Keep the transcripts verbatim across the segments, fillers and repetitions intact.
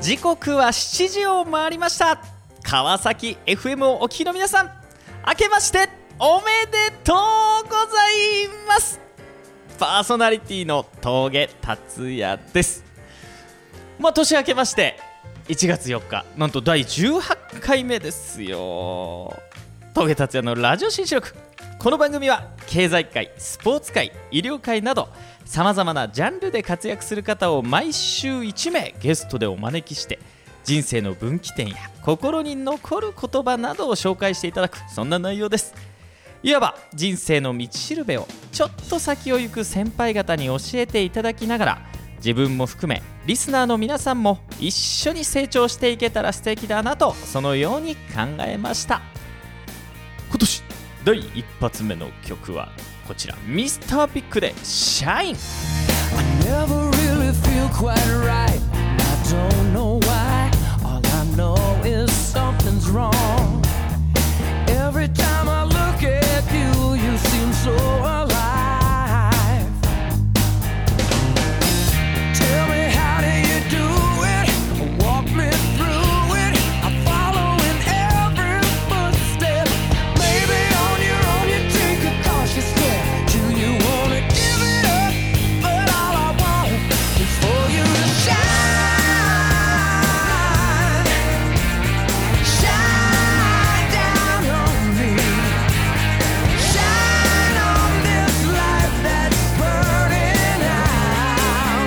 時刻はしちじを回りました。川崎 エフエム をお聞きの皆さん、明けましておめでとうございます。パーソナリティの峠達也です。まあ年明けましていちがつよっか、なんとだいじゅうはちかいめですよ。峠達也のラジオ新四録。この番組は経済界、スポーツ界、医療界などさまざまなジャンルで活躍する方を毎週いちめいゲストでお招きして、人生の分岐点や心に残る言葉などを紹介していただく、そんな内容です。いわば人生の道しるべをちょっと先を行く先輩方に教えていただきながら、自分も含めリスナーの皆さんも一緒に成長していけたら素敵だなと、そのように考えました。今年だいいっ発目の曲はこちら、ミスタービッグでシャイン。 I never really feel quite right. I don't know why. All I know is something's wrong. Every time I look at you, you seem so alive. Tell me, how do you do it? Walk me through it. I'm following every footstep. Maybe on your own you take a cautious step. Do you wanna give it up? But all I want is for you to shine. Shine down on me. Shine on this life that's burning out.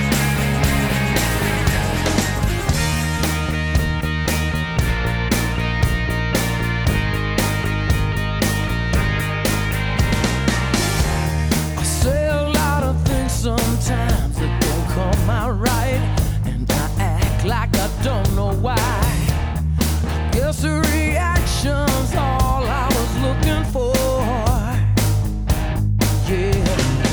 I say a lot of things sometimes that don't come out right, and I act like I don't know why. I guess the reaction's all I was looking for. Yeah.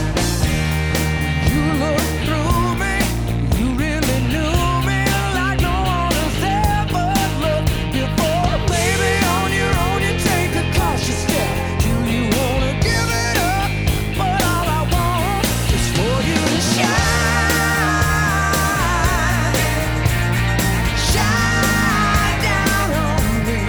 You look through me, you really knew me like no one has ever looked before. Maybe on your own you take a cautious step. Do you wanna give it up? But all I want is for you to shine. Shine down on me.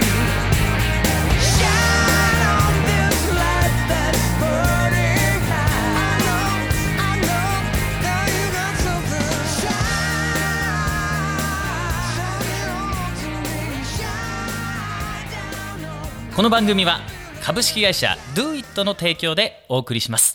Shine on this light that's burning out. I know, I know, now you got something. Shine, shine on to me. Shine down on me. この番組は株式会社 Do It の提供でお送りします。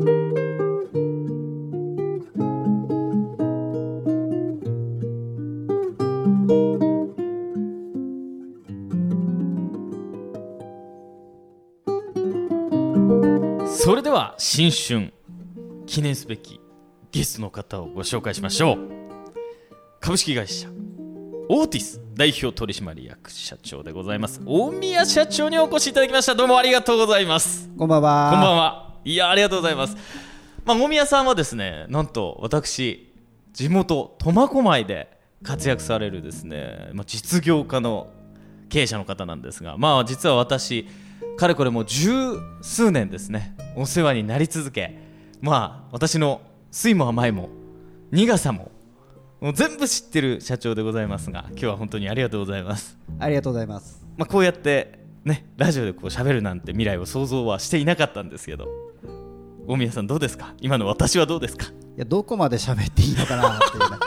それでは新春記念すべきゲストの方をご紹介しましょう。株式会社オーティス代表取締役社長でございます大宮社長にお越しいただきました。どうもありがとうございます。 こんばんは。 こんばんは。いや、ありがとうございます。まあ、大宮さんはですね、なんと私地元苫小牧で活躍されるですね、まあ、実業家の経営者の方なんですが、まあ実は私かれこれもう十数年ですね、お世話になり続け、まあ私の酸いも甘いも苦さももう全部知ってる社長でございますが、今日は本当にありがとうございます。 ありがとうございます。 まあ、こうやってね、ラジオでこう喋るなんて未来を想像はしていなかったんですけど、大宮さんどうですか？今の私はどうですか？ いや、どこまで喋っていいのかなっていうね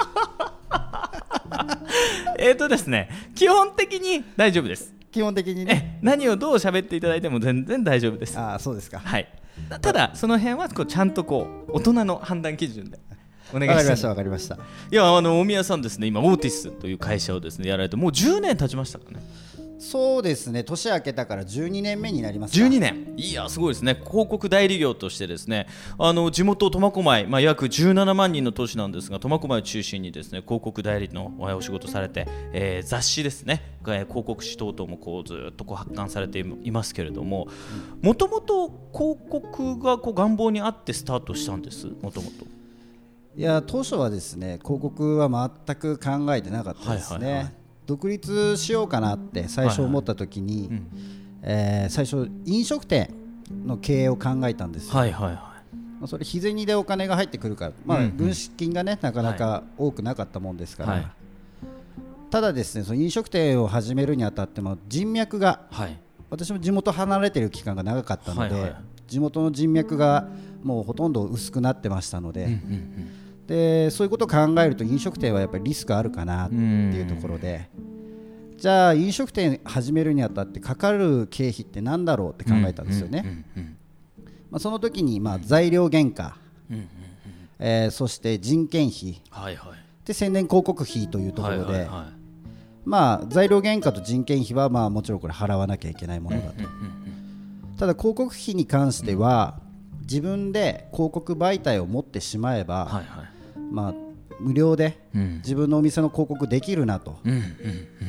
えーとですね、基本的に大丈夫です。 基本的にね、 え何をどう喋っていただいても全然大丈夫です。 ああ、そうですか。 はい。ただその辺はこうちゃんとこう大人の判断基準でお願いします。 わかりましたわかりました。 いや、あの大宮さんですね、今オーティスという会社をですねやられてもうじゅうねん経ちましたかね。 そうですね、年明けたからじゅうにねんめになりますか。 じゅうにねん、いやすごいですね。広告代理業としてですね、あの地元苫小牧、まあ、約じゅうななまんにんの都市なんですが、苫小牧を中心にですね広告代理のお仕事されて、えー、雑誌ですね、広告誌等々もこうずっとこう発刊されていますけれども、もともと広告がこう願望にあってスタートしたんです。もともといや、当初はですね、広告は全く考えてなかったですね、はいはいはい。独立しようかなって最初思った時に、はいはい、うん、えー、最初飲食店の経営を考えたんですよ。はいはいはい。まあ、それ日銭でお金が入ってくるから、まあ、軍資金がねなかなか多くなかったもんですから、はい、 ただですね、その飲食店を始めるにあたっても人脈が、はい、私も地元離れてる期間が長かったので、はいはい、地元の人脈がもうほとんど薄くなってましたので、うんうんうん、でそういうことを考えると飲食店はやっぱりリスクあるかなっていうところで、じゃあ飲食店始めるにあたってかかる経費って何だろうって考えたんですよね、うんうんうんうん、まあ、その時にまあ材料原価、うんうんうん、えー、そして人件費、はいはい、で宣伝広告費というところで、はいはいはい、まあ、材料原価と人件費はまあもちろんこれ払わなきゃいけないものだと、うんうんうんうん、ただ広告費に関しては、うん、自分で広告媒体を持ってしまえば、はいはい、まあ、無料で自分のお店の広告できるなと、うんうんうん、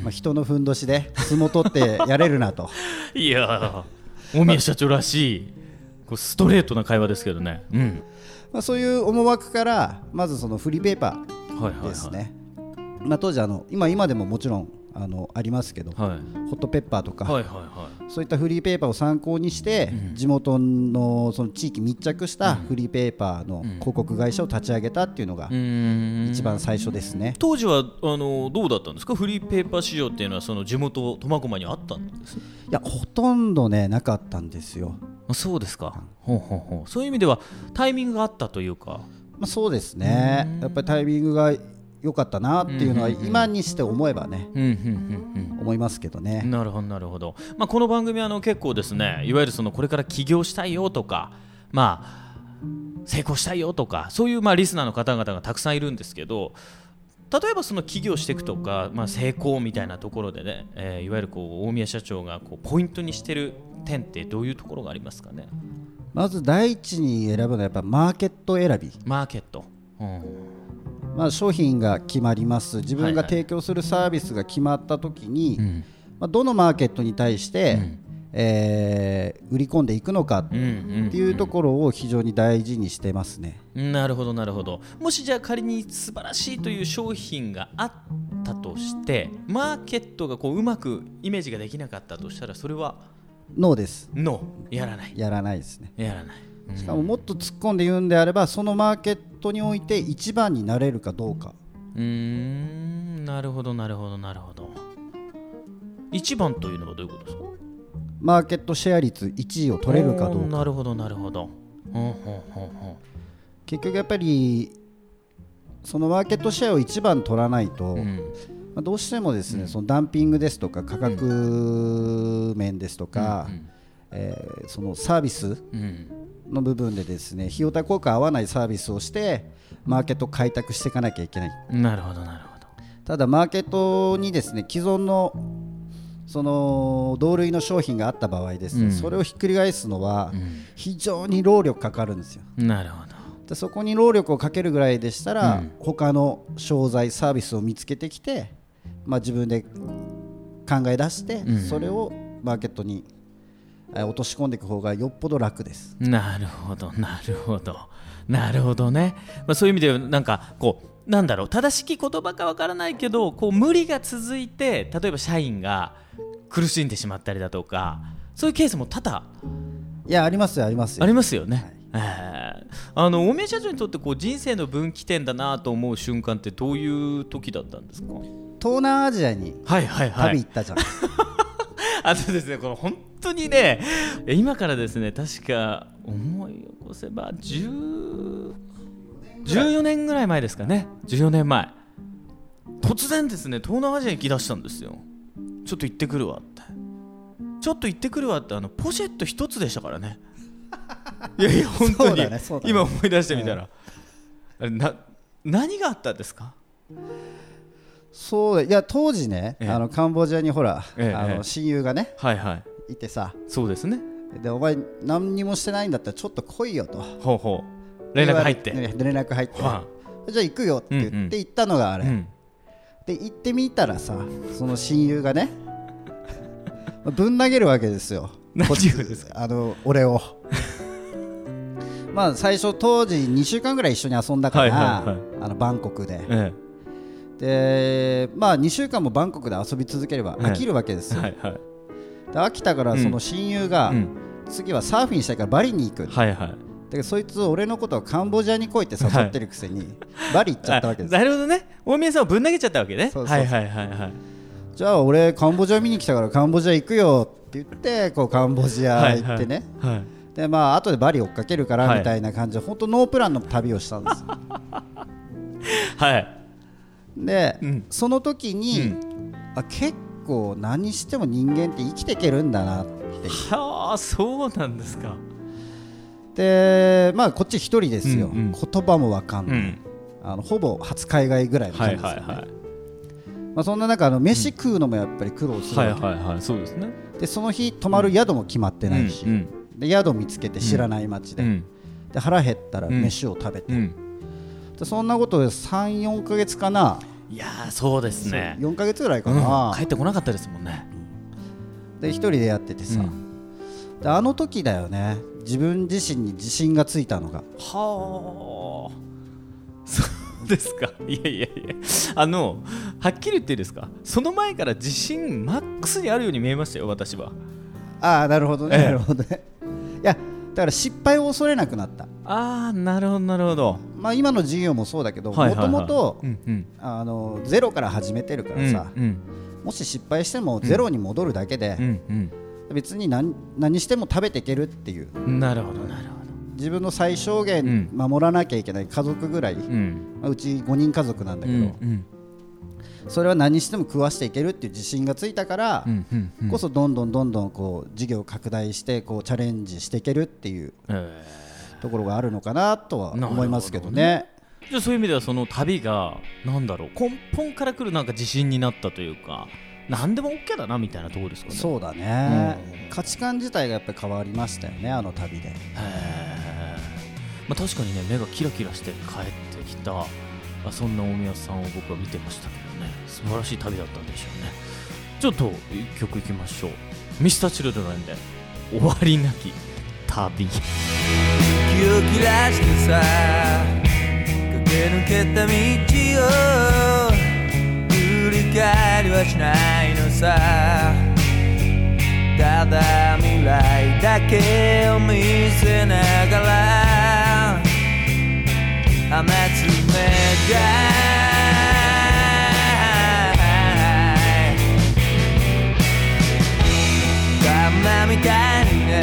まあ、人のふんどしで相撲取ってやれるなといや大宮社長らしいこうストレートな会話ですけどね、うん、 まあ、そういう思惑からまずそのフリーペーパーですね、はいはいはい、まあ、当時あの 今, 今でももちろん あ, のありますけど、はい、ホットペッパーとか、はいはいはい、そういったフリーペーパーを参考にして、うん、地元 の, その地域密着したフリーペーパーの広告会社を立ち上げたっていうのが一番最初ですね。 当時はあのどうだったんですか？フリーペーパー市場っていうのはその地元苫小牧にあったんですか？ いや、ほとんどねなかったんですよ。 あ、そうですか、うん、ほうほうほう。そういう意味ではタイミングがあったというか、 まあ、そうですね、やっぱりタイミングが良かったなっていうのは今にして思えばね、うんうんうんうん、思いますけどね。 なるほどなるほど、まあ、この番組はあの結構ですね、いわゆるそのこれから起業したいよとか、まあ、成功したいよとか、そういうまあリスナーの方々がたくさんいるんですけど、例えばその起業していくとか、まあ、成功みたいなところでね、えー、いわゆるこう大宮社長がこうポイントにしてる点ってどういうところがありますかね？ まず第一に選ぶのはやっぱマーケット選び。 マーケット、うん、 まあ、商品が決まります。自分が提供するサービスが決まった時に、はいはい、まあ、どのマーケットに対して、うん、えー、売り込んでいくのかっていうところを非常に大事にしてますね。 なるほどなるほど。もしじゃあ仮に素晴らしいという商品があったとして、マーケットがこううまくイメージができなかったとしたら、それはノーです。 ノー、やらない。 やらないですね。 やらない。うん、 しかももっと突っ込んで言うんであれば、そのマーケットにおいて一番になれるかどうか。 うーん、なるほどなるほどなるほど。一番というのはどういうことですか？ マーケットシェア率いちいを取れるかどうか。 なるほどなるほど。ほんほんほんほん。 結局やっぱりそのマーケットシェアを一番取らないと、うん、まあ、どうしてもですね、うん、そのダンピングですとか価格面ですとか、うんうん、えー、そのサービスの部分でですね、費用対効果合わないサービスをしてマーケットを開拓していかなきゃいけない。 なるほどなるほど。 ただマーケットにですね、既存のその同類の商品があった場合ですね、うん、それをひっくり返すのは非常に労力かかるんですよ。 なるほど。 でそこに労力をかけるぐらいでしたら、うん、他の商材サービスを見つけてきて、まあ、自分で考え出して、うん、それをマーケットに落とし込んでいく方がよっぽど楽です。 なるほどなるほどなるほどね、まあ、そういう意味でなんかこうなんだろう、正しき言葉かわからないけど、こう無理が続いて例えば社員が苦しんでしまったりだとか、そういうケースも多々 いやありますよありますよありますよね、はい、えー、あの大宮社長にとってこう人生の分岐点だなと思う瞬間ってどういう時だったんですか？ 東南アジアに旅行ったじゃん、はいはいはいあとですね、この本当にね、今からですね、確か思い起こせばじゅう、じゅうよねんぐらい前ですかね。じゅうよねんまえ、突然ですね、東南アジアに行き出したんですよ。ちょっと行ってくるわってちょっと行ってくるわってあのポシェット一つでしたからねいやいや本当に、ねね、今思い出してみたら、うん、な何があったんですか？ そういや当時ね、ええ、あのカンボジアにほら、ええ、あの親友がね、 はいはい、 いてさ、 そうですね。 でお前何にもしてないんだったらちょっと来いよと、 ほうほう、連絡入って、 連絡入って、はあ、じゃあ行くよって言って行ったのがあれ、うんうん、で行ってみたらさ、その親友がねぶん投げるわけですよ。 何ですか？ あの俺をまあ最初当時にしゅうかんぐらい一緒に遊んだから、はいはいはい、あのバンコクで、ええ、でまあにしゅうかんもバンコクで遊び続ければ飽きるわけですよ、ええ、はいはい、で飽きたからその親友が、うん、次はサーフィンしたいからバリに行く、はいはい、でそいつ俺のことをカンボジアに来いって誘ってるくせに、はい、バリ行っちゃったわけです。 なるほどね。 大宮さんをぶん投げちゃったわけね。 そうそうそうはいはいはいはい。 じゃあ俺カンボジア見に来たからカンボジア行くよって言ってこうカンボジア行ってね、 はいはいはい、 でまあ後でバリ追っかけるからみたいな感じで、はい、本当ノープランの旅をしたんですよはいで、 うん、 その時に、うん、あ結構何しても人間って生きていけるんだなっていう。 はあそうなんですか。 でまあこっち一人ですよ、うんうん、言葉もわかんない、うん、あのほぼ初海外ぐらいの感じですよね、はいはいはい、まあ、そんな中あの飯食うのもやっぱり苦労するわけ、 うん、はいはいはい、そうですね。 でその日泊まる宿も決まってないし、うんうん、で宿見つけて知らない街で、うん、で腹減ったら飯を食べて、うん、でそんなことでさん、よんかげつかな。 いやーそうですね、 よんかげつぐらいかな、 うん、帰ってこなかったですもんね。 で一人でやっててさ、うん、であの時だよね自分自身に自信がついたのが。 はあそうですか。いやいやいや、あのはっきり言っていいですか、その前から自信マックスにあるように見えましたよ私は。 ああなるほどね、ええ、なるほどね。いやだから失敗を恐れなくなった。 ああなるほどなるほど。まあ今の事業もそうだけど、もともとゼロから始めてるからさ、うんうん、もし失敗してもゼロに戻るだけで、うんうんうん、別に 何, 何しても食べていけるっていう。 なるほどなるほど。 自分の最小限守らなきゃいけない家族ぐらい、うんまあ、うちごにん家族なんだけど、うんうん、それは何しても食わしていけるっていう自信がついたから、うんうんうん、こそどんどんどんどんこう事業を拡大してこうチャレンジしていけるっていう、えー、ところがあるのかなとは思いますけどね。 じゃあそういう意味ではその旅がなんだろう根本から来るなんか自信になったというか、何でも OK だなみたいなところですかね。 そうだね、うん、価値観自体がやっぱり変わりましたよねあの旅で。へまあ、確かにね目がキラキラして帰ってきたそんな大宮さんを僕は見てましたけどね、素晴らしい旅だったんでしょうね。ちょっと一曲いきましょう。ミスターチルドレンで終わりなき旅。 気を切らしてさ駆け抜けた道を振り返りはしないのさ、ただ未来だけを見せながら雨爪がカンナみたいにね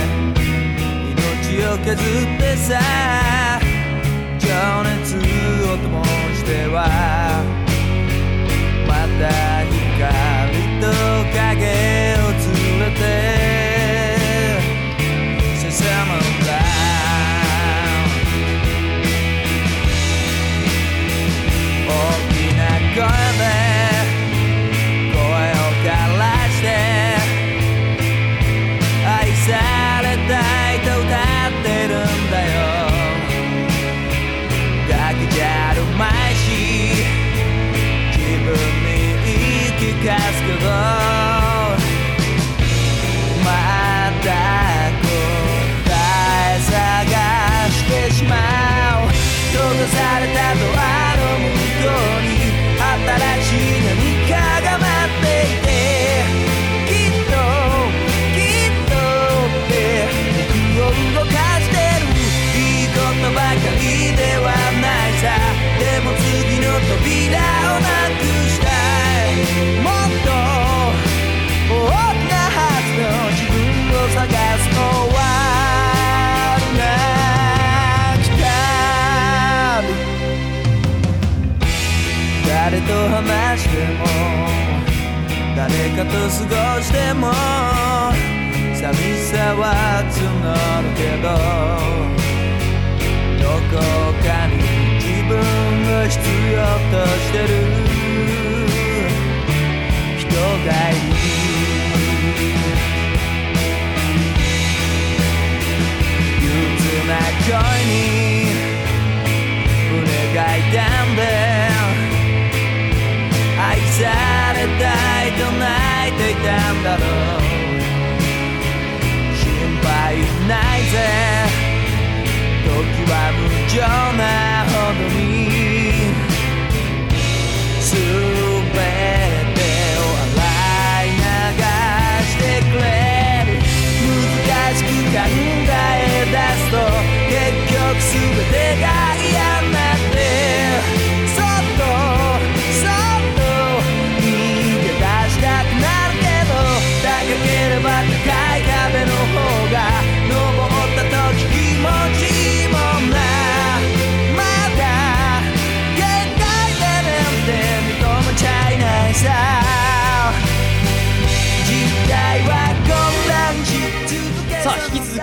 命を削ってさ情熱を灯してはまた光と影を連れて進むんだ。大きな声で声をからして愛されたいと歌ってるんだよ。ガキじゃあるまいし自分に言い聞かすけどまた答え探してしまう。閉ざされたドアの向こうに新しい何かが待っていて、きっときっとって僕を動かしてる。いいことばかりではないさ、でも次の扉をなくしたい。もっと大きなはずの自分を探すのは誰と話しても誰かと過ごしても寂しさは募るけどどこかに自分が必要としてる人がいる。憂鬱な声に胸が痛んで愛されたいと泣いていたんだろう。心配ないぜ時は無情なほどに全てを洗い流してくれる。難しく考え出すと結局全てが嫌になってそっと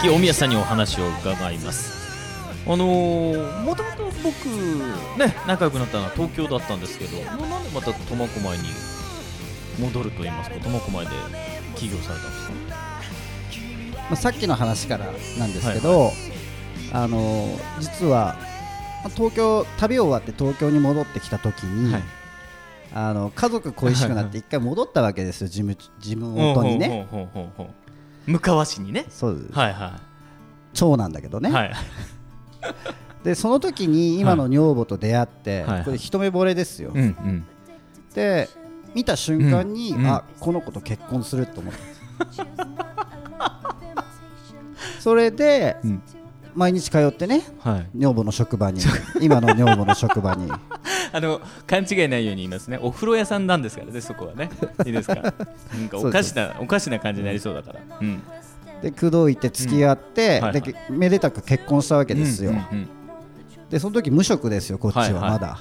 き大宮さんにお話を伺います。あのー、もともと僕ね仲良くなったのは東京だったんですけど、もうなんでまた苫小牧に戻ると言いますか、苫小牧で起業されたんですか？ まあ、さっきの話からなんですけど、はいはい、あのー、実は東京旅終わって東京に戻ってきた時に、はい、あの家族恋しくなって一回戻ったわけですよ自分自分元にね。 向川市にね。 そうです、 はいはい、 長男だけどね、 はい、 でその時に今の女房と出会って、はい、これ一目惚れですよ、はいはい、で見た瞬間に、うん、あこの子と結婚すると思ってそれで、うん、毎日通ってね、はい、女房の職場に今の女房の職場にあの勘違いないように言いますね、お風呂屋さんなんですからね、そこはね。いいですか？なんかおかしなおかしな感じになりそうだから、うん、 で口説いて付き合って、うんはいはい、でめでたく結婚したわけですよ、うんうんうん、でその時無職ですよこっちはまだ、はいはい、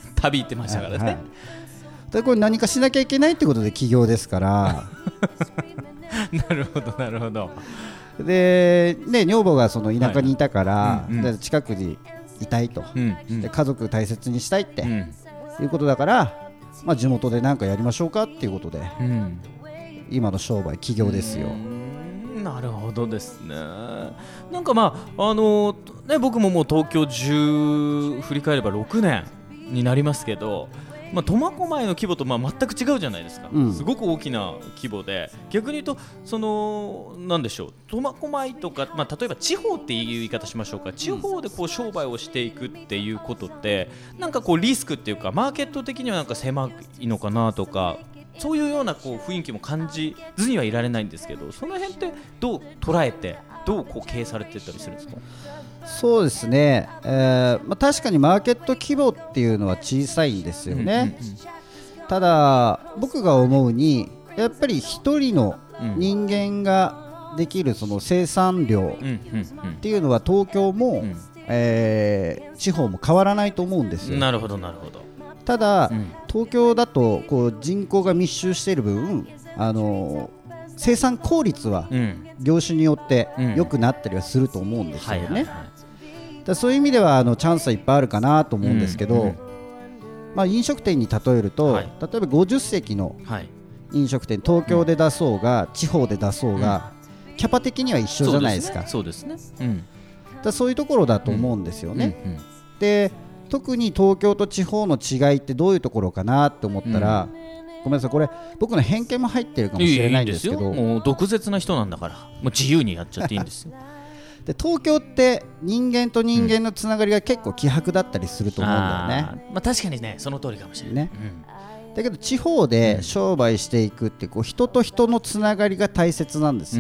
旅行ってましたからね、はいはい、 でこれ何かしなきゃいけないってことで起業ですからなるほどなるほど。 で、ね、女房がその田舎にいたから、はいうんうん、近くにいたいと、うんうん、で家族大切にしたいって、うん、いうことだから、まあ、地元で何かやりましょうかっていうことで、うん、今の商売起業ですよ。 なるほどですね。なんかまああのーね、僕ももう東京じゅう振り返ればろくねんになりますけど、まあ、苫小牧の規模とまあ全く違うじゃないですか、うん、すごく大きな規模で、逆に言うとそのなんでしょう、苫小牧とか、まあ、例えば地方っていう言い方しましょうか、地方でこう商売をしていくっていうことってなんかこうリスクっていうかマーケット的にはなんか狭いのかなとか、そういうようなこう雰囲気も感じずにはいられないんですけど、その辺ってどう捉えてどうこう経営されていったりするんですか？ そうですね、えーまあ、確かにマーケット規模っていうのは小さいんですよね、うんうんうん、ただ僕が思うにやっぱり一人の人間ができるその生産量っていうのは東京も、うんえー、地方も変わらないと思うんですよ。 なるほどなるほど。 ただ、うん、東京だとこう人口が密集している分、あのー生産効率は業種によって良くなったりはすると思うんですよね。だそういう意味ではあのチャンスはいっぱいあるかなと思うんですけど、うんうんまあ、飲食店に例えると、はい、例えばごじゅっ席の飲食店東京で出そうが、うん、地方で出そうが、うん、キャパ的には一緒じゃないですか。 そうですね、そうですね、うん、 だそういうところだと思うんですよね、うんうんうん、で特に東京と地方の違いってどういうところかなと思ったら、うんごめんなさい、これ僕の偏見も入ってるかもしれないんですけど、 いいですよ、もう毒舌な人なんだからもう自由にやっちゃっていいんですよで東京って人間と人間のつながりが結構希薄だったりすると思うんだよね、 うんあまあ、確かにねその通りかもしれない、ねうん、だけど地方で商売していくってこう人と人のつながりが大切なんですよ、うん、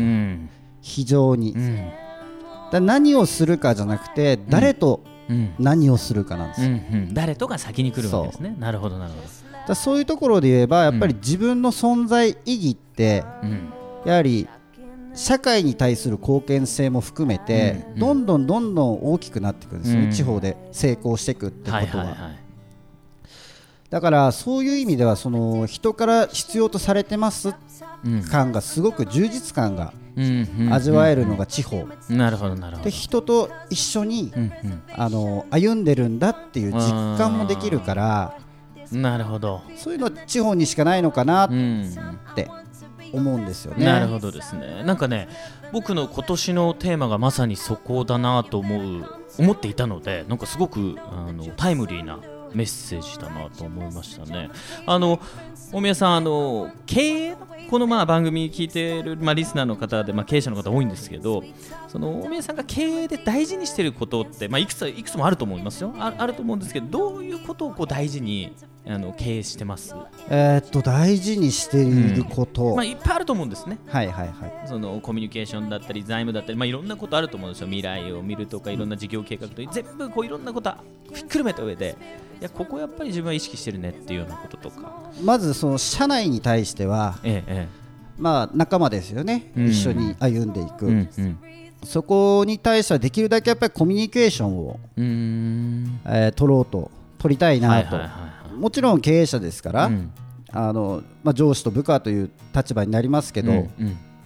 非常に、うん、だ何をするかじゃなくて誰と何をするかなんですよ、うんうんうん、誰とが先に来るわけですね。なるほどなるほど。 だそういうところで言えばやっぱり自分の存在意義って、うん、やはり社会に対する貢献性も含めて、うんうん、どんどんどんどん大きくなっていくんですよね、うん、地方で成功していくってことは、はいはいはい、だからそういう意味ではその人から必要とされてます感がすごく充実感が味わえるのが地方、 なるほどなるほど。 で人と一緒に、うんうん、あの歩んでるんだっていう実感もできるから、 なるほど、 そういうのは地方にしかないのかなって思うんですよね、 うん、なるほどですね。なんかね僕の今年のテーマがまさにそこだなと思う思っていたので、なんかすごくあのタイムリーなメッセージだなと思いましたね。あの大宮さん、あの経営のこのまあ番組聞いている、まあ、リスナーの方で、まあ、経営者の方多いんですけど、その大宮さんが経営で大事にしていることって、まあ、いくついくつもあると思いますよ。 あ, あると思うんですけど、どういうことをこう大事にあの経営してます？ えー、っと大事にしていること、 うんまあ、いっぱいあると思うんですね。 はいはいはい。 そのコミュニケーションだったり財務だったり、まあ、いろんなことあると思うんですよ。未来を見るとかいろんな事業計画とか全部こういろんなことひっくるめた上で、いやここやっぱり自分は意識してるねっていうようなこととか、 まずその社内に対しては、ええまあ、仲間ですよね、うん、一緒に歩んでいく、うんうん、そこに対してはできるだけやっぱりコミュニケーションを、うんえー、取ろうと取りたいなと、はいはいはいはい、もちろん経営者ですから、うんあのまあ、上司と部下という立場になりますけど、うんうん、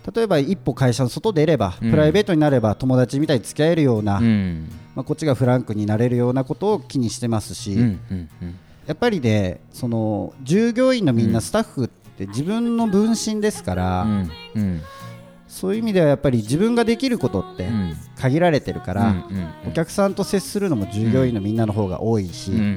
例えば一歩会社の外出れば、 うん、 プライベートになれば友達みたいに付き合えるような、 うんまあ、こっちがフランクになれるようなことを気にしてますし、 うんうんうん、 やっぱりねその従業員のみんなスタッフって自分の分身ですから、うんうん、そういう意味ではやっぱり自分ができることって限られてるから、うんうんうん、お客さんと接するのも従業員のみんなの方が多いし、うんうん、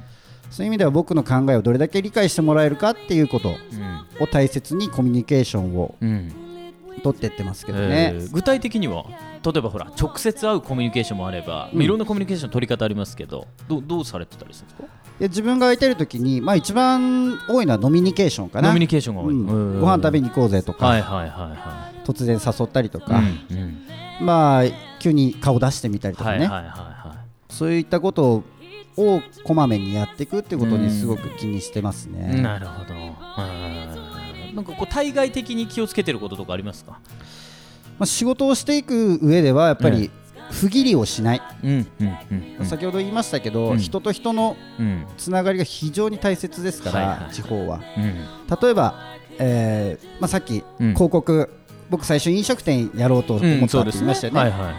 そういう意味では僕の考えをどれだけ理解してもらえるかっていうことを大切にコミュニケーションを取っていってますけどね、 えー、具体的には例えばほら直接会うコミュニケーションもあれば、うん、いろんなコミュニケーションの取り方ありますけど ど, どうされてたりするんですか？ いや自分が空いてる時に、まあ、一番多いのはノミニケーションかな。 ノミニケーションが多い、 うん、ご飯食べに行こうぜとか、 はいはいはいはい、 突然誘ったりとか、 うんうん、 まあ急に顔出してみたりとかね、はいはいはいはい、そういったことをこまめにやっていくってことにすごく気にしてますね、 うん、なるほど。なんかこう対外的に気をつけてることとかありますか？ まあ、仕事をしていく上ではやっぱり不義理をしない、 うんうんうんうん、 先ほど言いましたけど、うん、人と人のつながりが非常に大切ですから、はいはい、地方は、うん、例えば、えーまあ、さっき広告、うん、僕最初飲食店やろうと思ったって言いましたよね、うん、そうですね、はいはい、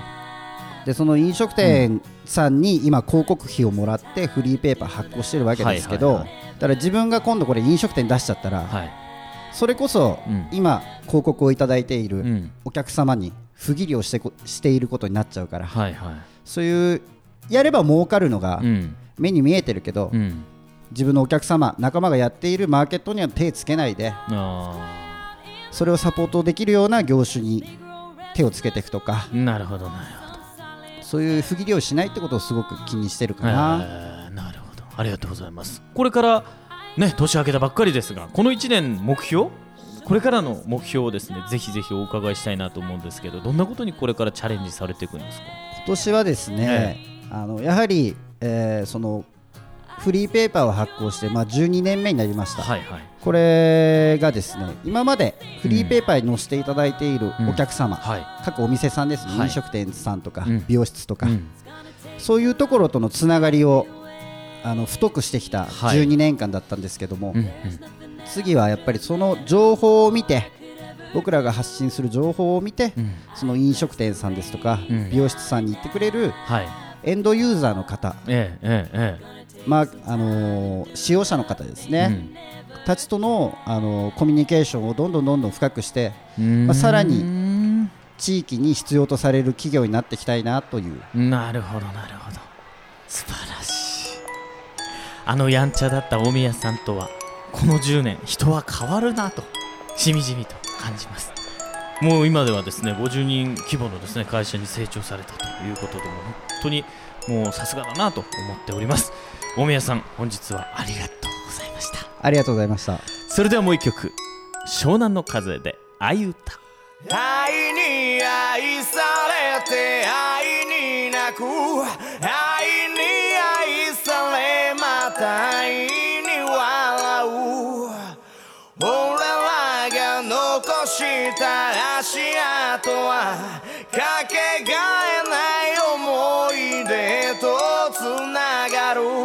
でその飲食店さんに今広告費をもらってフリーペーパー発行してるわけですけど、はいはいはい、だから自分が今度これ飲食店出しちゃったら、はい、それこそ今広告をいただいているお客様に不義理をして、していることになっちゃうから、はいはい、そういうやれば儲かるのが目に見えてるけど、うん、自分のお客様仲間がやっているマーケットには手つけないで、あそれをサポートできるような業種に手をつけていくとか。 なるほどなるほど。 そういう不義理をしないってことをすごく気にしてるかな、 えー、なるほど、ありがとうございます。これからね年明けたばっかりですが、このいちねん目標、これからの目標をですねぜひぜひお伺いしたいなと思うんですけど、どんなことにこれからチャレンジされていくんですか？ 今年はですね、えー、あのやはり、えー、そのフリーペーパーを発行して、まあ、じゅうにねんめになりました、はいはい、これがですね今までフリーペーパーに載せていただいているお客様、うんはい、各お店さんですね、はい、飲食店さんとか、うん、美容室とか、うん、そういうところとのつながりをあの太くしてきたじゅうにねんかんだったんですけども、はいうんうん、次はやっぱりその情報を見て、僕らが発信する情報を見て、うん、その飲食店さんですとか、うん、美容室さんに行ってくれる、はい、エンドユーザーの方、ええええまああのー、使用者の方ですね、うん、たちとの、あのー、コミュニケーションをどんどんどんどん深くして、まあ、さらに地域に必要とされる企業になっていきたいなという。 なるほどなるほど、素晴らしい。あのやんちゃだった大宮さんとはこのじゅうねん人は変わるなとしみじみと感じます。もう今ではですねごじゅうにん規模のですね会社に成長されたということで、も本当にもうさすがだなと思っております。大宮さん、本日はありがとうございました。 ありがとうございました。 それではもう一曲、湘南の風で愛歌。 愛に愛されて愛に泣く、愛に愛されまた愛に笑う、俺らが残した足跡はかけがえない思い出とつながる。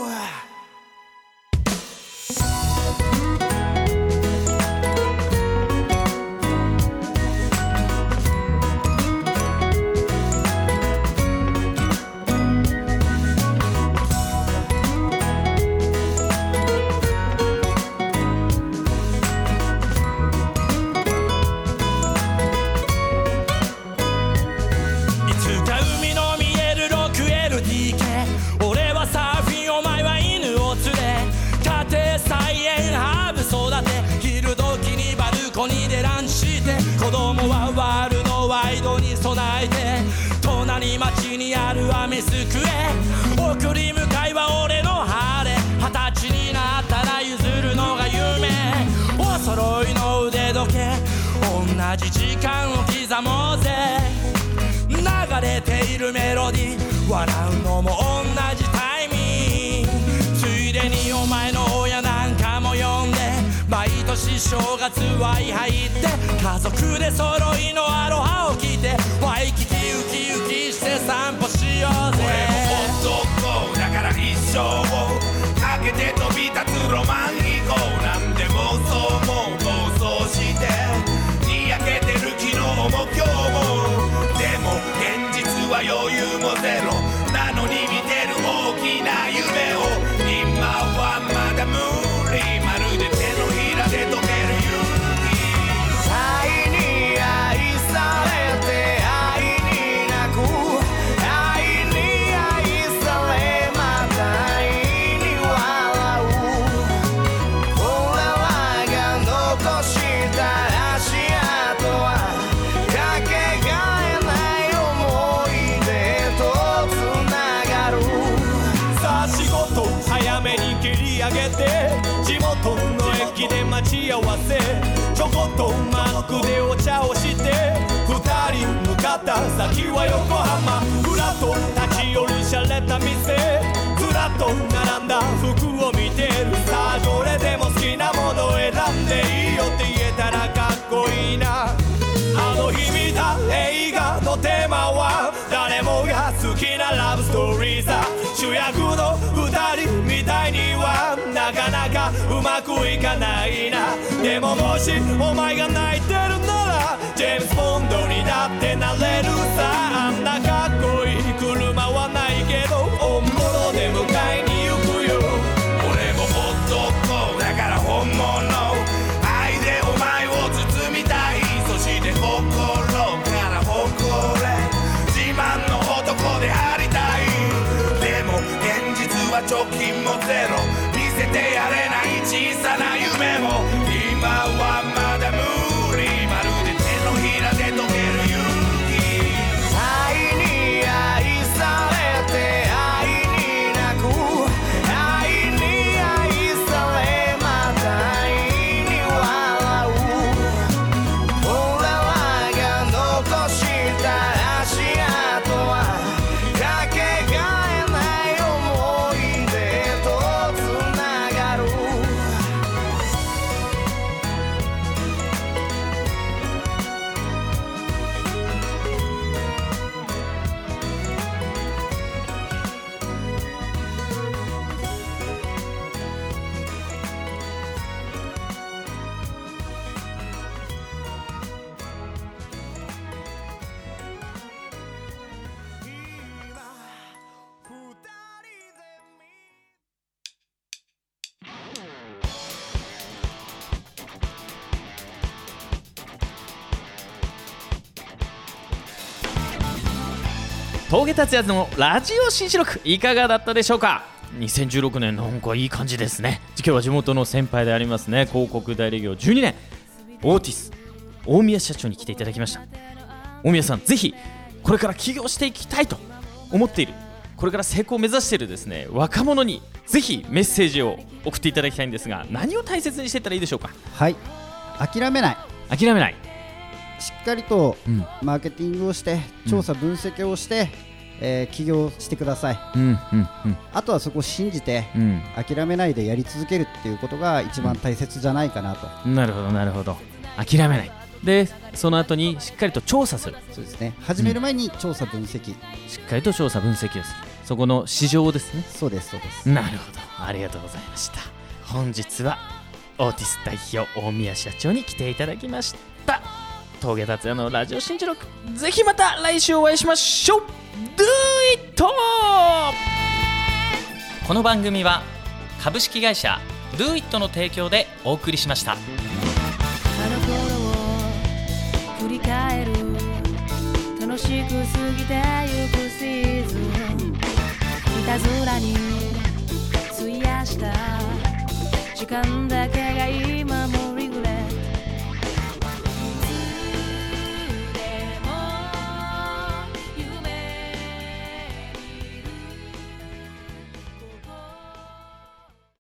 子供はワールドワイドに備えて隣町にあるアミスクへ送り迎えは俺のハーレー、二十歳になったら譲るのが夢、お揃いの腕時計同じ時間を刻もうぜ、流れているメロディー笑うのも同じタイミング、ついでにお前の親なんかも呼んで毎年正月ワイ入って家族で揃いのアロハを着てワイキキウキウキして散歩しようぜ。 俺も男だから一生をかけて飛び立つロマン飛行、なんでもそうも暴走してにやけてる切り上げて地元の駅で待ち合わせちょこっとマックでお茶をして二人向かった先は横浜ふらっと立ち寄るシャレた店ずらっと並んだ服を見てるさあどれでも好きなもの選んでいいよって言えたらかっこいいなあの日見た映画のテーマは誰もが好きなラブストーリーさ主役の二人みたいにはなかなかうまくいかないなでももしお前が泣いてるならジェームズ・ボンドにだってなれるさあんなかっこいい車はないけど本物で迎えに行くよ俺も男だから本物愛でお前を包みたいそして心から誇れ自慢の男でありたいでも現実は貯金もゼロ見せてやれない小さな夢も今はまだ無理まるで手のひらで溶ける勇気愛に愛されて愛に泣く愛に愛されまた愛に笑う俺らが残した足跡はかけがえない思い出とつながる峠達也のラジオ新四六いかがだったでしょうか。にせんじゅうろくねんなんかいい感じですね。今日は地元の先輩でありますね広告代理業じゅうにねんオーティス大宮社長に来ていただきました。大宮さんぜひこれから起業していきたいと思っているこれから成功を目指しているですね若者にぜひメッセージを送っていただきたいんですが何を大切にしていったらいいでしょうか。 はい、諦めない諦めないしっかりとうんマーケティングをして調査分析をして、えー起業してください。 うんうんうんあとはそこを信じてうん諦めないでやり続けるっていうことが一番大切じゃないかなと、 なるほどなるほど諦めないでその後にしっかりと調査するそうですね、始める前に調査分析、 しっかりと調査分析をするそこの市場ですね。 そうですそうですなるほどありがとうございました。本日はオーティス代表大宮社長に来ていただきました。峠達也のラジオ新四六ぜひまた来週お会いしましょう。 Do it! この番組は株式会社 Do It の提供でお送りしました。 あの頃を振り返る楽しく過ぎてゆくシーズンいたずらに費やした時間だけがいい